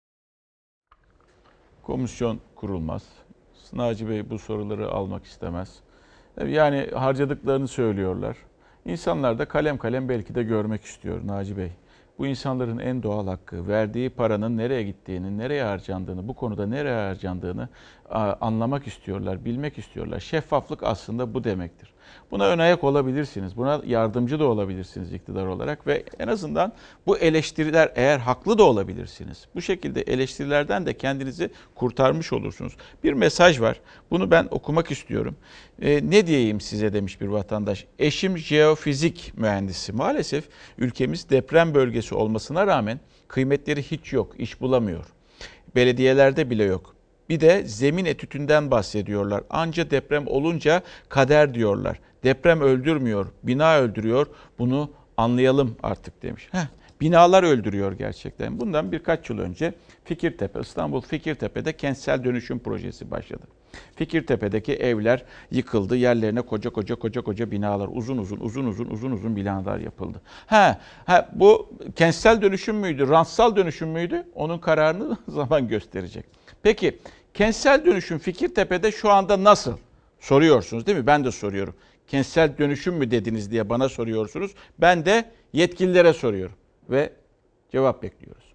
Komisyon kurulmaz. Naci Bey bu soruları almak istemez. Yani harcadıklarını söylüyorlar. İnsanlar da kalem kalem belki de görmek istiyor Naci Bey. Bu insanların en doğal hakkı, verdiği paranın nereye gittiğini, nereye harcandığını, bu konuda nereye harcandığını anlamak istiyorlar, bilmek istiyorlar. Şeffaflık aslında bu demektir. Buna ön ayak olabilirsiniz, buna yardımcı da olabilirsiniz iktidar olarak ve en azından bu eleştiriler eğer haklı da olabilirsiniz. Bu şekilde eleştirilerden de kendinizi kurtarmış olursunuz. Bir mesaj var, bunu ben okumak istiyorum. Ne diyeyim size demiş bir vatandaş. Eşim jeofizik mühendisi. Maalesef ülkemiz deprem bölgesi olmasına rağmen kıymetleri hiç yok, iş bulamıyor. Belediyelerde bile yok. Bir de zemin etütünden bahsediyorlar. Anca deprem olunca kader diyorlar. Deprem öldürmüyor, bina öldürüyor. Bunu anlayalım artık demiş. Binalar öldürüyor gerçekten. Bundan birkaç yıl önce Fikirtepe, İstanbul Fikirtepe'de kentsel dönüşüm projesi başladı. Fikirtepe'deki evler yıkıldı. Yerlerine koca binalar, uzun binalar yapıldı. Bu kentsel dönüşüm müydü, rantsal dönüşüm müydü? Onun kararını zaman gösterecek. Peki kentsel dönüşüm Fikirtepe'de şu anda nasıl? Soruyorsunuz değil mi? Ben de soruyorum. Kentsel dönüşüm mü dediniz diye bana soruyorsunuz. Ben de yetkililere soruyorum ve cevap bekliyoruz.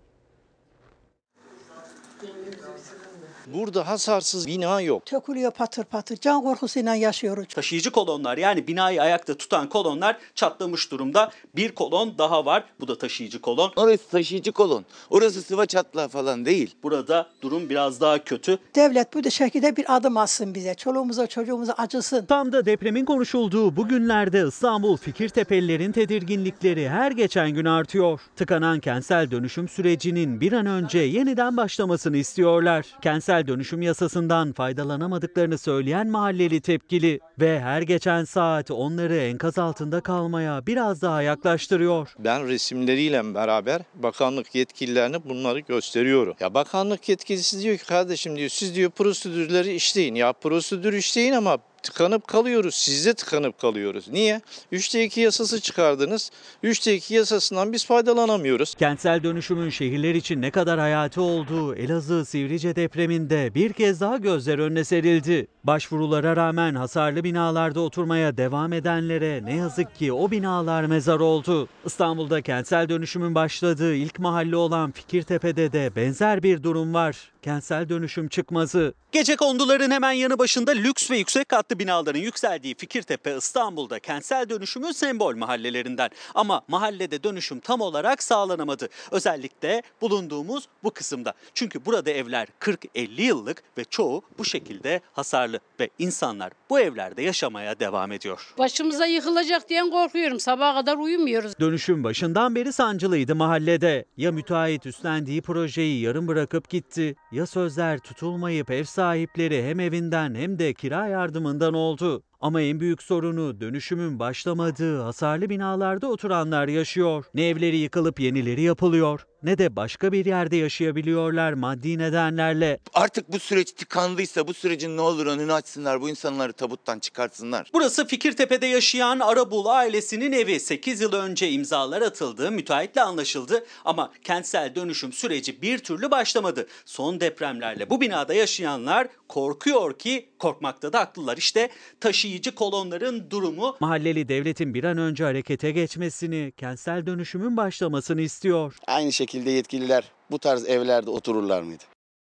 Burada hasarsız bina yok. Tökülüyor patır patır. Can korkusuyla yaşıyoruz. Taşıyıcı kolonlar yani binayı ayakta tutan kolonlar çatlamış durumda. Bir kolon daha var. Bu da taşıyıcı kolon. Orası taşıyıcı kolon. Orası sıva çatlağı falan değil. Burada durum biraz daha kötü. Devlet bu şekilde bir adım atsın bize. Çoluğumuza çocuğumuza acısın. Tam da depremin konuşulduğu bu günlerde İstanbul Fikirtepelilerin tedirginlikleri her geçen gün artıyor. Tıkanan kentsel dönüşüm sürecinin bir an önce yeniden başlamasını istiyorlar. Kentsel dönüşüm yasasından faydalanamadıklarını söyleyen mahalleli tepkili ve her geçen saat onları enkaz altında kalmaya biraz daha yaklaştırıyor. Ben resimleriyle beraber bakanlık yetkililerine bunları gösteriyorum. Ya bakanlık yetkilisi diyor ki kardeşim diyor siz diyor prosedürleri işleyin. Ya prosedür işleyin ama tıkanıp kalıyoruz. Siz de tıkanıp kalıyoruz. Niye? 3'te 2 yasası çıkardınız. 3'te 2 yasasından biz faydalanamıyoruz. Kentsel dönüşümün şehirler için ne kadar hayati olduğu Elazığ Sivrice depreminde bir kez daha gözler önüne serildi. Başvurulara rağmen hasarlı binalarda oturmaya devam edenlere ne yazık ki o binalar mezar oldu. İstanbul'da kentsel dönüşümün başladığı ilk mahalle olan Fikirtepe'de de benzer bir durum var. Kentsel dönüşüm çıkmazı. Gecekonduların hemen yanı başında lüks ve yüksek katlı binaların yükseldiği Fikirtepe İstanbul'da kentsel dönüşümün sembol mahallelerinden. Ama mahallede dönüşüm tam olarak sağlanamadı. Özellikle bulunduğumuz bu kısımda. Çünkü burada evler 40-50 yıllık ve çoğu bu şekilde hasarlı ve insanlar bu evlerde yaşamaya devam ediyor. Başımıza yıkılacak diye korkuyorum. Sabaha kadar uyumuyoruz. Dönüşüm başından beri sancılıydı mahallede. Ya müteahhit üstlendiği projeyi yarım bırakıp gitti ya sözler tutulmayıp ev sahipleri hem evinden hem de kira yardımından oldu. Ama en büyük sorunu dönüşümün başlamadığı hasarlı binalarda oturanlar yaşıyor. Ne evleri yıkılıp yenileri yapılıyor ne de başka bir yerde yaşayabiliyorlar maddi nedenlerle. Artık bu süreç tıkandıysa bu sürecin ne olur önünü açsınlar. Bu insanları tabuttan çıkartsınlar. Burası Fikirtepe'de yaşayan Arabul ailesinin evi. 8 yıl önce imzalar atıldı, müteahhitle anlaşıldı ama kentsel dönüşüm süreci bir türlü başlamadı. Son depremlerle bu binada yaşayanlar korkuyor ki korkmakta da haklılar. İşte taşıyıcı kolonların durumu. Mahalleli devletin bir an önce harekete geçmesini, kentsel dönüşümün başlamasını istiyor. Aynı şekilde yetkililer bu tarz evlerde otururlar mıydı?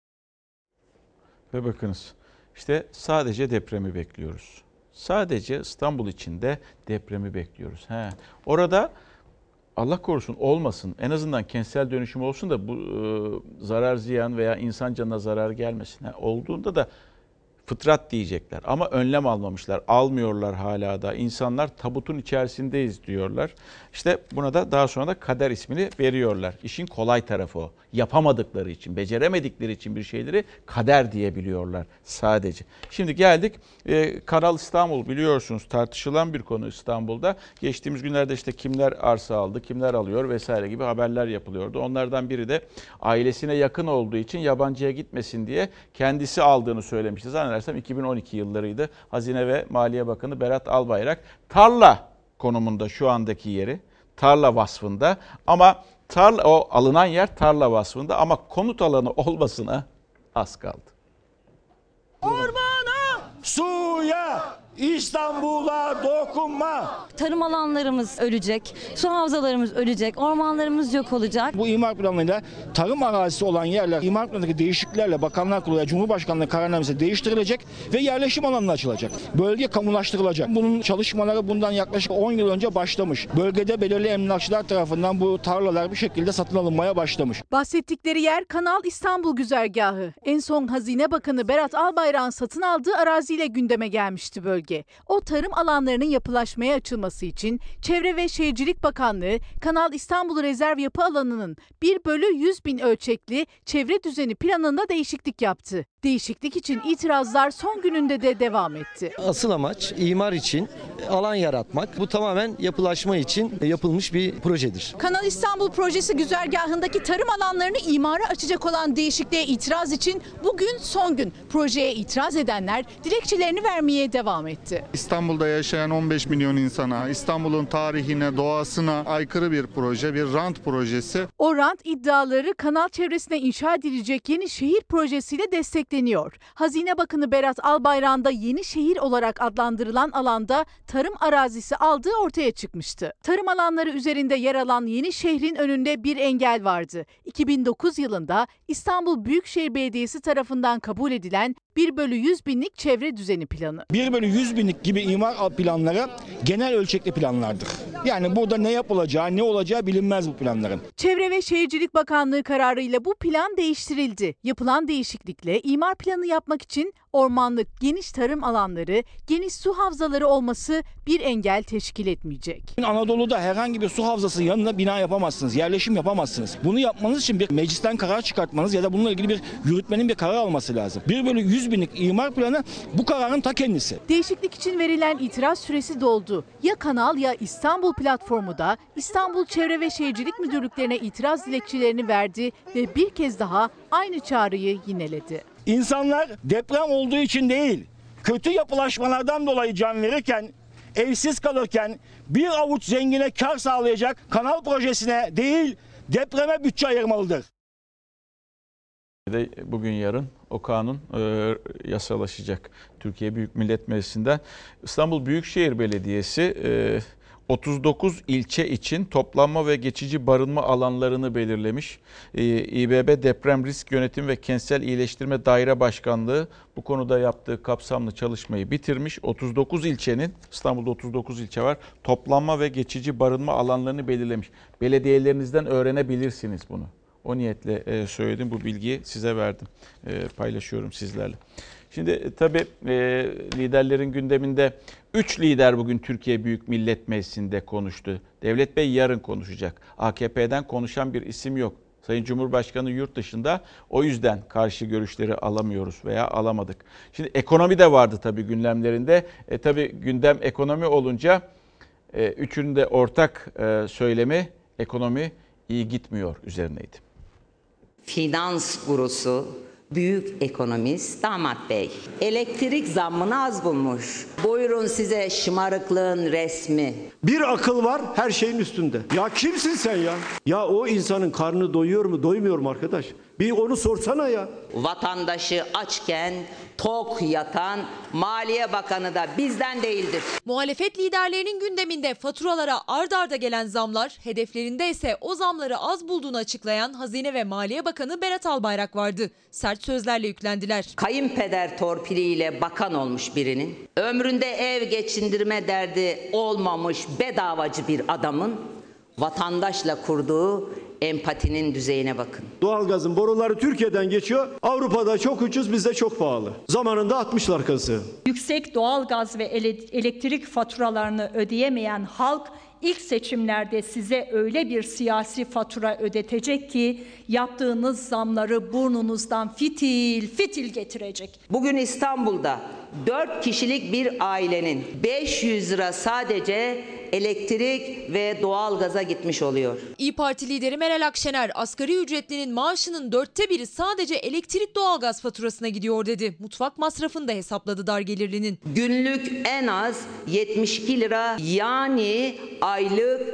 Ve bakınız işte sadece depremi bekliyoruz. Sadece İstanbul içinde depremi bekliyoruz. Orada Allah korusun olmasın. En azından kentsel dönüşüm olsun da bu zarar ziyan veya insan canına zarar gelmesin. Olduğunda da fıtrat diyecekler ama önlem almamışlar. Almıyorlar hala da. İnsanlar tabutun içerisindeyiz diyorlar. İşte buna da daha sonra da kader ismini veriyorlar. İşin kolay tarafı o. Yapamadıkları için, beceremedikleri için bir şeyleri kader diyebiliyorlar sadece. Şimdi geldik Kanal İstanbul, biliyorsunuz tartışılan bir konu İstanbul'da. Geçtiğimiz günlerde işte kimler arsa aldı, kimler alıyor vesaire gibi haberler yapılıyordu. Onlardan biri de ailesine yakın olduğu için yabancıya gitmesin diye kendisi aldığını söylemişti. Zannedersem 2012 yıllarıydı. Hazine ve Maliye Bakanı Berat Albayrak tarla konumunda şu andaki yeri, tarla vasfında ama o alınan yer tarla vasfında ama konut alanı olmasına az kaldı. Ormana, suya, İstanbul'a dokunma. Tarım alanlarımız ölecek, su havzalarımız ölecek, ormanlarımız yok olacak. Bu imar planıyla tarım arazisi olan yerler imar planındaki değişikliklerle Bakanlar Kurulu ve Cumhurbaşkanlığı kararnamesi değiştirilecek ve yerleşim alanına açılacak. Bölge kamulaştırılacak. Bunun çalışmaları bundan yaklaşık 10 yıl önce başlamış. Bölgede belirli emlakçılar tarafından bu tarlalar bir şekilde satın alınmaya başlamış. Bahsettikleri yer Kanal İstanbul güzergahı. En son Hazine Bakanı Berat Albayrak'ın satın aldığı araziyle gündeme gelmişti bölge. O tarım alanlarının yapılaşmaya açılması için Çevre ve Şehircilik Bakanlığı Kanal İstanbul Rezerv Yapı Alanı'nın 1/100.000 ölçekli çevre düzeni planında değişiklik yaptı. Değişiklik için itirazlar son gününde de devam etti. Asıl amaç imar için alan yaratmak. Bu tamamen yapılaşma için yapılmış bir projedir. Kanal İstanbul projesi güzergahındaki tarım alanlarını imara açacak olan değişikliğe itiraz için bugün son gün. Projeye itiraz edenler dilekçelerini vermeye devam etti. İstanbul'da yaşayan 15 milyon insana, İstanbul'un tarihine, doğasına aykırı bir proje, bir rant projesi. O rant iddiaları kanal çevresine inşa edilecek yeni şehir projesiyle destekleniyor. Hazine Bakanı Berat Albayrak'ın da yeni şehir olarak adlandırılan alanda tarım arazisi aldığı ortaya çıkmıştı. Tarım alanları üzerinde yer alan yeni şehrin önünde bir engel vardı. 2009 yılında İstanbul Büyükşehir Belediyesi tarafından kabul edilen 1/100.000'lik çevre düzeni planı. 1/100.000'lik gibi imar planları genel ölçekli planlardır. Yani burada ne yapılacağı, ne olacağı bilinmez bu planların. Çevre ve Şehircilik Bakanlığı kararıyla bu plan değiştirildi. Yapılan değişiklikle imar planı yapmak için ormanlık, geniş tarım alanları, geniş su havzaları olması bir engel teşkil etmeyecek. Anadolu'da herhangi bir su havzası yanına bina yapamazsınız, yerleşim yapamazsınız. Bunu yapmanız için bir meclisten karar çıkartmanız ya da bununla ilgili bir yürütmenin bir karar alması lazım. 1/100.000'lik imar planı bu kararın ta kendisi. Değişiklik için verilen itiraz süresi doldu. Ya Kanal ya İstanbul platformu da İstanbul Çevre ve Şehircilik Müdürlüklerine itiraz dilekçelerini verdi ve bir kez daha aynı çağrıyı yineledi. İnsanlar deprem olduğu için değil, kötü yapılaşmalardan dolayı can verirken, evsiz kalırken bir avuç zengine kar sağlayacak kanal projesine değil, depreme bütçe ayırmalıdır. Bugün yarın o kanun yasalaşacak Türkiye Büyük Millet Meclisi'nden. İstanbul Büyükşehir Belediyesi 39 ilçe için toplanma ve geçici barınma alanlarını belirlemiş. İBB Deprem Risk Yönetimi ve Kentsel İyileştirme Daire Başkanlığı bu konuda yaptığı kapsamlı çalışmayı bitirmiş. 39 ilçenin, İstanbul'da 39 ilçe var, toplanma ve geçici barınma alanlarını belirlemiş. Belediyelerinizden öğrenebilirsiniz bunu. O niyetle söyledim, bu bilgiyi size verdim, paylaşıyorum sizlerle. Şimdi tabii liderlerin gündeminde 3 lider bugün Türkiye Büyük Millet Meclisi'nde konuştu. Devlet Bey yarın konuşacak. AKP'den konuşan bir isim yok. Sayın Cumhurbaşkanı yurt dışında, o yüzden karşı görüşleri alamıyoruz veya alamadık. Şimdi ekonomi de vardı tabii gündemlerinde. Tabii gündem ekonomi olunca üçünün de ortak söylemi ekonomi iyi gitmiyor üzerineydi. Finans gurusu, büyük ekonomist Damat Bey elektrik zammını az bulmuş. Buyurun size şımarıklığın resmi. Bir akıl var her şeyin üstünde. Ya kimsin sen ya? Ya o insanın karnı doyuyor mu, doymuyor mu arkadaş? Bir onu sorsana ya. Vatandaşı açken tok yatan Maliye Bakanı da bizden değildir. Muhalefet liderlerinin gündeminde faturalara ard arda gelen zamlar, hedeflerinde ise o zamları az bulduğunu açıklayan Hazine ve Maliye Bakanı Berat Albayrak vardı. Sert sözlerle yüklendiler. Kayınpeder torpiliyle bakan olmuş birinin, ömründe ev geçindirme derdi olmamış bedavacı bir adamın vatandaşla kurduğu empatinin düzeyine bakın. Doğalgazın boruları Türkiye'den geçiyor. Avrupa'da çok ucuz, bizde çok pahalı. Zamanında atmışlar kazığı. Yüksek doğalgaz ve elektrik faturalarını ödeyemeyen halk ilk seçimlerde size öyle bir siyasi fatura ödetecek ki yaptığınız zamları burnunuzdan fitil fitil getirecek. Bugün İstanbul'da 4 kişilik bir ailenin 500 lira sadece elektrik ve doğalgaza gitmiş oluyor. İYİ Parti lideri Meral Akşener, asgari ücretlinin maaşının 1/4 sadece elektrik doğalgaz faturasına gidiyor dedi. Mutfak masrafını da hesapladı dar gelirlinin. Günlük en az 72 lira, yani aylık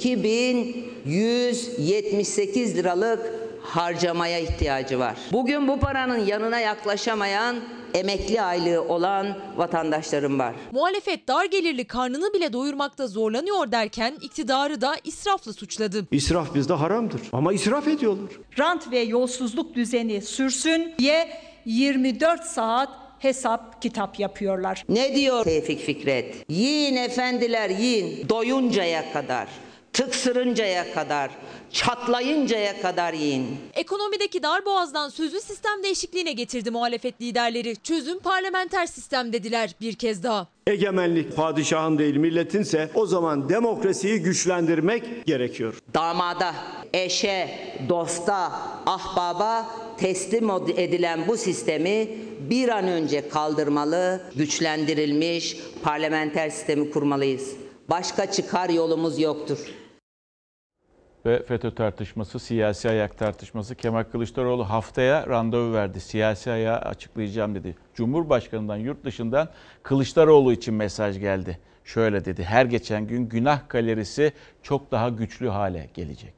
2178 liralık harcamaya ihtiyacı var. Bugün bu paranın yanına yaklaşamayan, emekli aylığı olan vatandaşlarım var. Muhalefet dar gelirli karnını bile doyurmakta zorlanıyor derken iktidarı da israfla suçladı. İsraf bizde haramdır ama israf ediyorlar. Rant ve yolsuzluk düzeni sürsün diye 24 saat hesap kitap yapıyorlar. Ne diyor Tevfik Fikret? Yiyin efendiler, yiyin, doyuncaya kadar, tıksırıncaya kadar, çatlayıncaya kadar yiyin. Ekonomideki darboğazdan sözlü sistem değişikliğine getirdi muhalefet liderleri. Çözüm parlamenter sistem dediler bir kez daha. Egemenlik padişahın değil milletinse o zaman demokrasiyi güçlendirmek gerekiyor. Damada, eşe, dosta, ahbaba teslim edilen bu sistemi bir an önce kaldırmalı, güçlendirilmiş parlamenter sistemi kurmalıyız. Başka çıkar yolumuz yoktur. Ve FETÖ tartışması, siyasi ayak tartışması. Kemal Kılıçdaroğlu haftaya randevu verdi. Siyasi ayağı açıklayacağım dedi. Cumhurbaşkanından, yurt dışından Kılıçdaroğlu için mesaj geldi. Şöyle dedi: her geçen gün günah galerisi çok daha güçlü hale gelecek.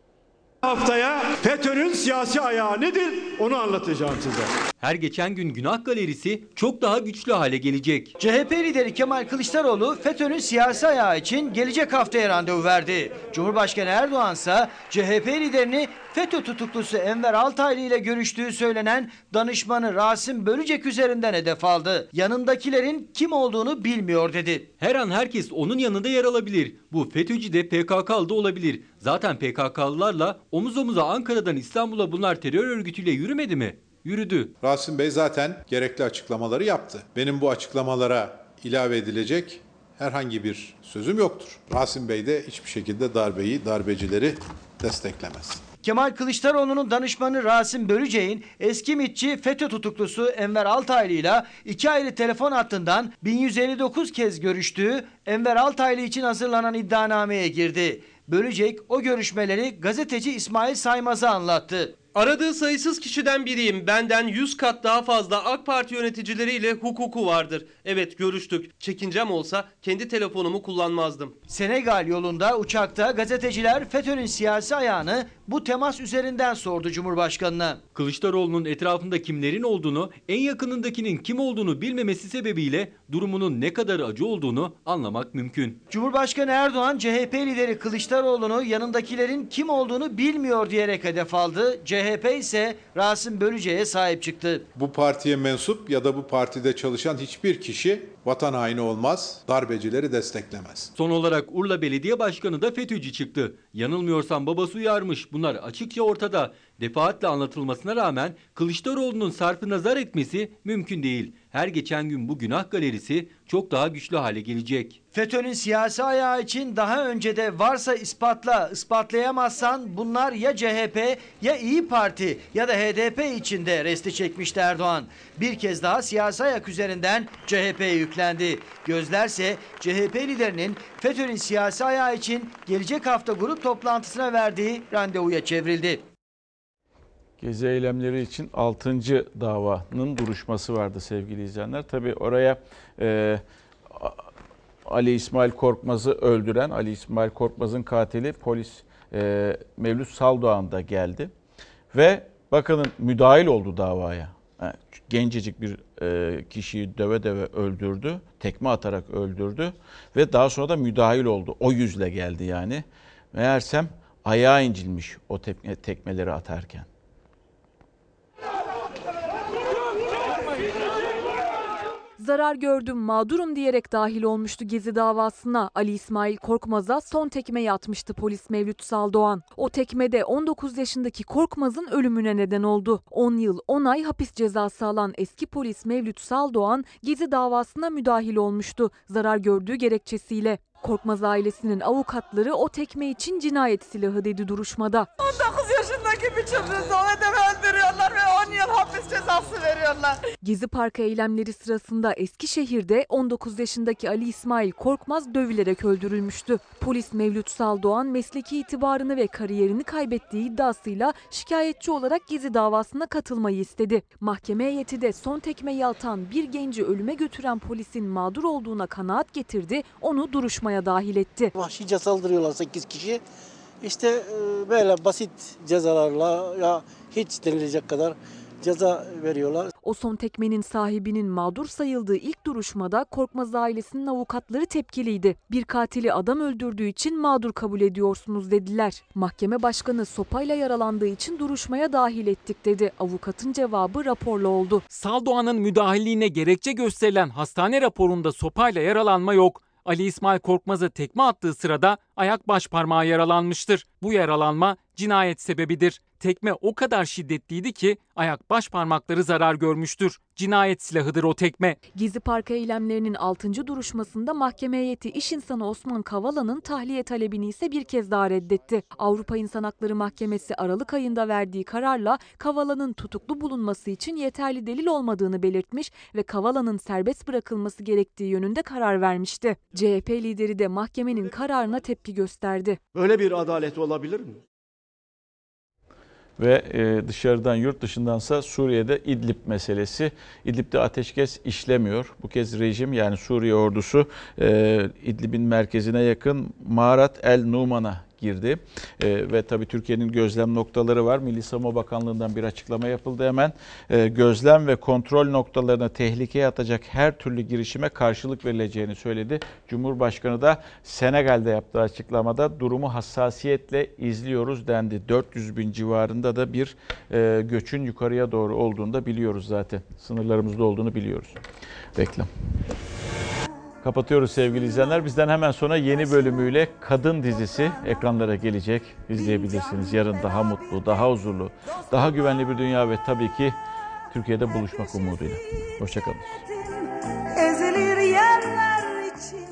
Haftaya FETÖ'nün siyasi ayağı nedir onu anlatacağım size. Her geçen gün günah galerisi çok daha güçlü hale gelecek. CHP lideri Kemal Kılıçdaroğlu FETÖ'nün siyasi ayağı için gelecek haftaya randevu verdi. Cumhurbaşkanı Erdoğan ise CHP liderini FETÖ tutuklusu Enver Altaylı ile görüştüğü söylenen danışmanı Rasim Bölücek üzerinden hedef aldı. Yanındakilerin kim olduğunu bilmiyor dedi. Her an herkes onun yanında yer alabilir. Bu FETÖ'cü de PKK'lı da olabilir. Zaten PKK'lılarla omuz omuza Ankara'dan İstanbul'a bunlar terör örgütüyle yürümedi mi? Yürüdü. Rasim Bey zaten gerekli açıklamaları yaptı. Benim bu açıklamalara ilave edilecek herhangi bir sözüm yoktur. Rasim Bey de hiçbir şekilde darbeyi, darbecileri desteklemez. Kemal Kılıçdaroğlu'nun danışmanı Rasim Bölücek'in eski MİT'çi FETÖ tutuklusu Enver Altaylı ile 2 ayrı telefon hattından 1159 kez görüştüğü Enver Altaylı için hazırlanan iddianameye girdi. Bölücek o görüşmeleri gazeteci İsmail Saymaz'a anlattı. Aradığı sayısız kişiden biriyim. Benden 100 kat daha fazla AK Parti yöneticileriyle hukuku vardır. Evet, görüştük. Çekincem olsa kendi telefonumu kullanmazdım. Senegal yolunda uçakta gazeteciler FETÖ'nün siyasi ayağını bu temas üzerinden sordu Cumhurbaşkanı'na. Kılıçdaroğlu'nun etrafında kimlerin olduğunu, en yakınındakinin kim olduğunu bilmemesi sebebiyle durumunun ne kadar acı olduğunu anlamak mümkün. Cumhurbaşkanı Erdoğan CHP lideri Kılıçdaroğlu'nu yanındakilerin kim olduğunu bilmiyor diyerek hedef aldı. CHP ise Rasim Bölücek'e sahip çıktı. Bu partiye mensup ya da bu partide çalışan hiçbir kişi vatan haini olmaz, darbecileri desteklemez. Son olarak Urla Belediye Başkanı da FETÖ'cü çıktı. Yanılmıyorsam babası uyarmış. Bunlar açıkça ortada. Defaatle anlatılmasına rağmen Kılıçdaroğlu'nun sarfı nazar etmesi mümkün değil. Her geçen gün bu günah galerisi çok daha güçlü hale gelecek. FETÖ'nün siyasi ayağı için daha önce de varsa ispatla, ispatlayamazsan bunlar ya CHP ya İYİ Parti ya da HDP içinde resti çekmişti Erdoğan. Bir kez daha siyasi ayak üzerinden CHP'ye yüklendi. Gözlerse CHP liderinin FETÖ'nün siyasi ayağı için gelecek hafta grup toplantısına verdiği randevuya çevrildi. Gezi eylemleri için 6. davanın duruşması vardı sevgili izleyenler. Tabii oraya Ali İsmail Korkmaz'ı öldüren, Ali İsmail Korkmaz'ın katili polis Mevlüt Saldoğan da geldi. Ve bakın müdahil oldu davaya. Gencecik bir kişiyi döve döve öldürdü, tekme atarak öldürdü ve daha sonra da müdahil oldu. O yüzle geldi yani. Meğersem ayağı incilmiş o tekmeleri atarken. Zarar gördüm, mağdurum diyerek dahil olmuştu Gezi davasına. Ali İsmail Korkmaz'a son tekmeyi atmıştı polis Mevlüt Saldoğan. O tekmede 19 yaşındaki Korkmaz'ın ölümüne neden oldu. 10 yıl 10 ay hapis cezası alan eski polis Mevlüt Saldoğan Gezi davasına müdahil olmuştu zarar gördüğü gerekçesiyle. Korkmaz ailesinin avukatları o tekme için cinayet silahı dedi duruşmada. 19 yaşındaki bir çocuğu Zove'de öldürüyorlar ve 10 yıl hapis cezası veriyorlar. Gezi Parkı eylemleri sırasında Eskişehir'de 19 yaşındaki Ali İsmail Korkmaz dövülerek öldürülmüştü. Polis Mevlüt Saldoğan mesleki itibarını ve kariyerini kaybettiği iddiasıyla şikayetçi olarak Gezi davasına katılmayı istedi. Mahkeme heyeti de son tekmeyi atan bir genci ölüme götüren polisin mağdur olduğuna kanaat getirdi, onu duruşmaya dahil etti. Vahşice saldırıyorlar 8 kişi. İşte böyle basit cezalarla ya hiç denilecek kadar ceza veriyorlar. O son tekmenin sahibinin mağdur sayıldığı ilk duruşmada Korkmaz ailesinin avukatları tepkiliydi. Bir katili adam öldürdüğü için mağdur kabul ediyorsunuz dediler. Mahkeme başkanı sopayla yaralandığı için duruşmaya dahil ettik dedi. Avukatın cevabı raporla oldu. Saldoğan'ın müdahaleliğine gerekçe gösterilen hastane raporunda sopayla yaralanma yok. Ali İsmail Korkmaz'a tekme attığı sırada ayak baş parmağı yaralanmıştır. Bu yaralanma cinayet sebebidir. Tekme o kadar şiddetliydi ki ayak baş parmakları zarar görmüştür. Cinayet silahıdır o tekme. Gezi Parkı eylemlerinin 6. duruşmasında mahkeme heyeti iş insanı Osman Kavala'nın tahliye talebini ise bir kez daha reddetti. Avrupa İnsan Hakları Mahkemesi Aralık ayında verdiği kararla Kavala'nın tutuklu bulunması için yeterli delil olmadığını belirtmiş ve Kavala'nın serbest bırakılması gerektiği yönünde karar vermişti. CHP lideri de mahkemenin kararına tepki gösterdi. Böyle bir adalet olabilir mi? Ve dışarıdan, yurt dışındansa Suriye'de İdlib meselesi. İdlib'de ateşkes işlemiyor. Bu kez rejim, yani Suriye ordusu İdlib'in merkezine yakın Mağarat El Numan'a girdi. Ve tabii Türkiye'nin gözlem noktaları var. Milli Savunma Bakanlığı'ndan bir açıklama yapıldı hemen. Gözlem ve kontrol noktalarına tehlikeye atacak her türlü girişime karşılık verileceğini söyledi. Cumhurbaşkanı da Senegal'de yaptığı açıklamada durumu hassasiyetle izliyoruz dendi. 400 bin civarında da bir göçün yukarıya doğru olduğunu da biliyoruz zaten. Sınırlarımızda olduğunu biliyoruz. Reklam. Kapatıyoruz sevgili izleyenler. Bizden hemen sonra yeni bölümüyle Kadın dizisi ekranlara gelecek. İzleyebilirsiniz. Yarın daha mutlu, daha huzurlu, daha güvenli bir dünya ve tabii ki Türkiye'de buluşmak umuduyla. Hoşça kalın.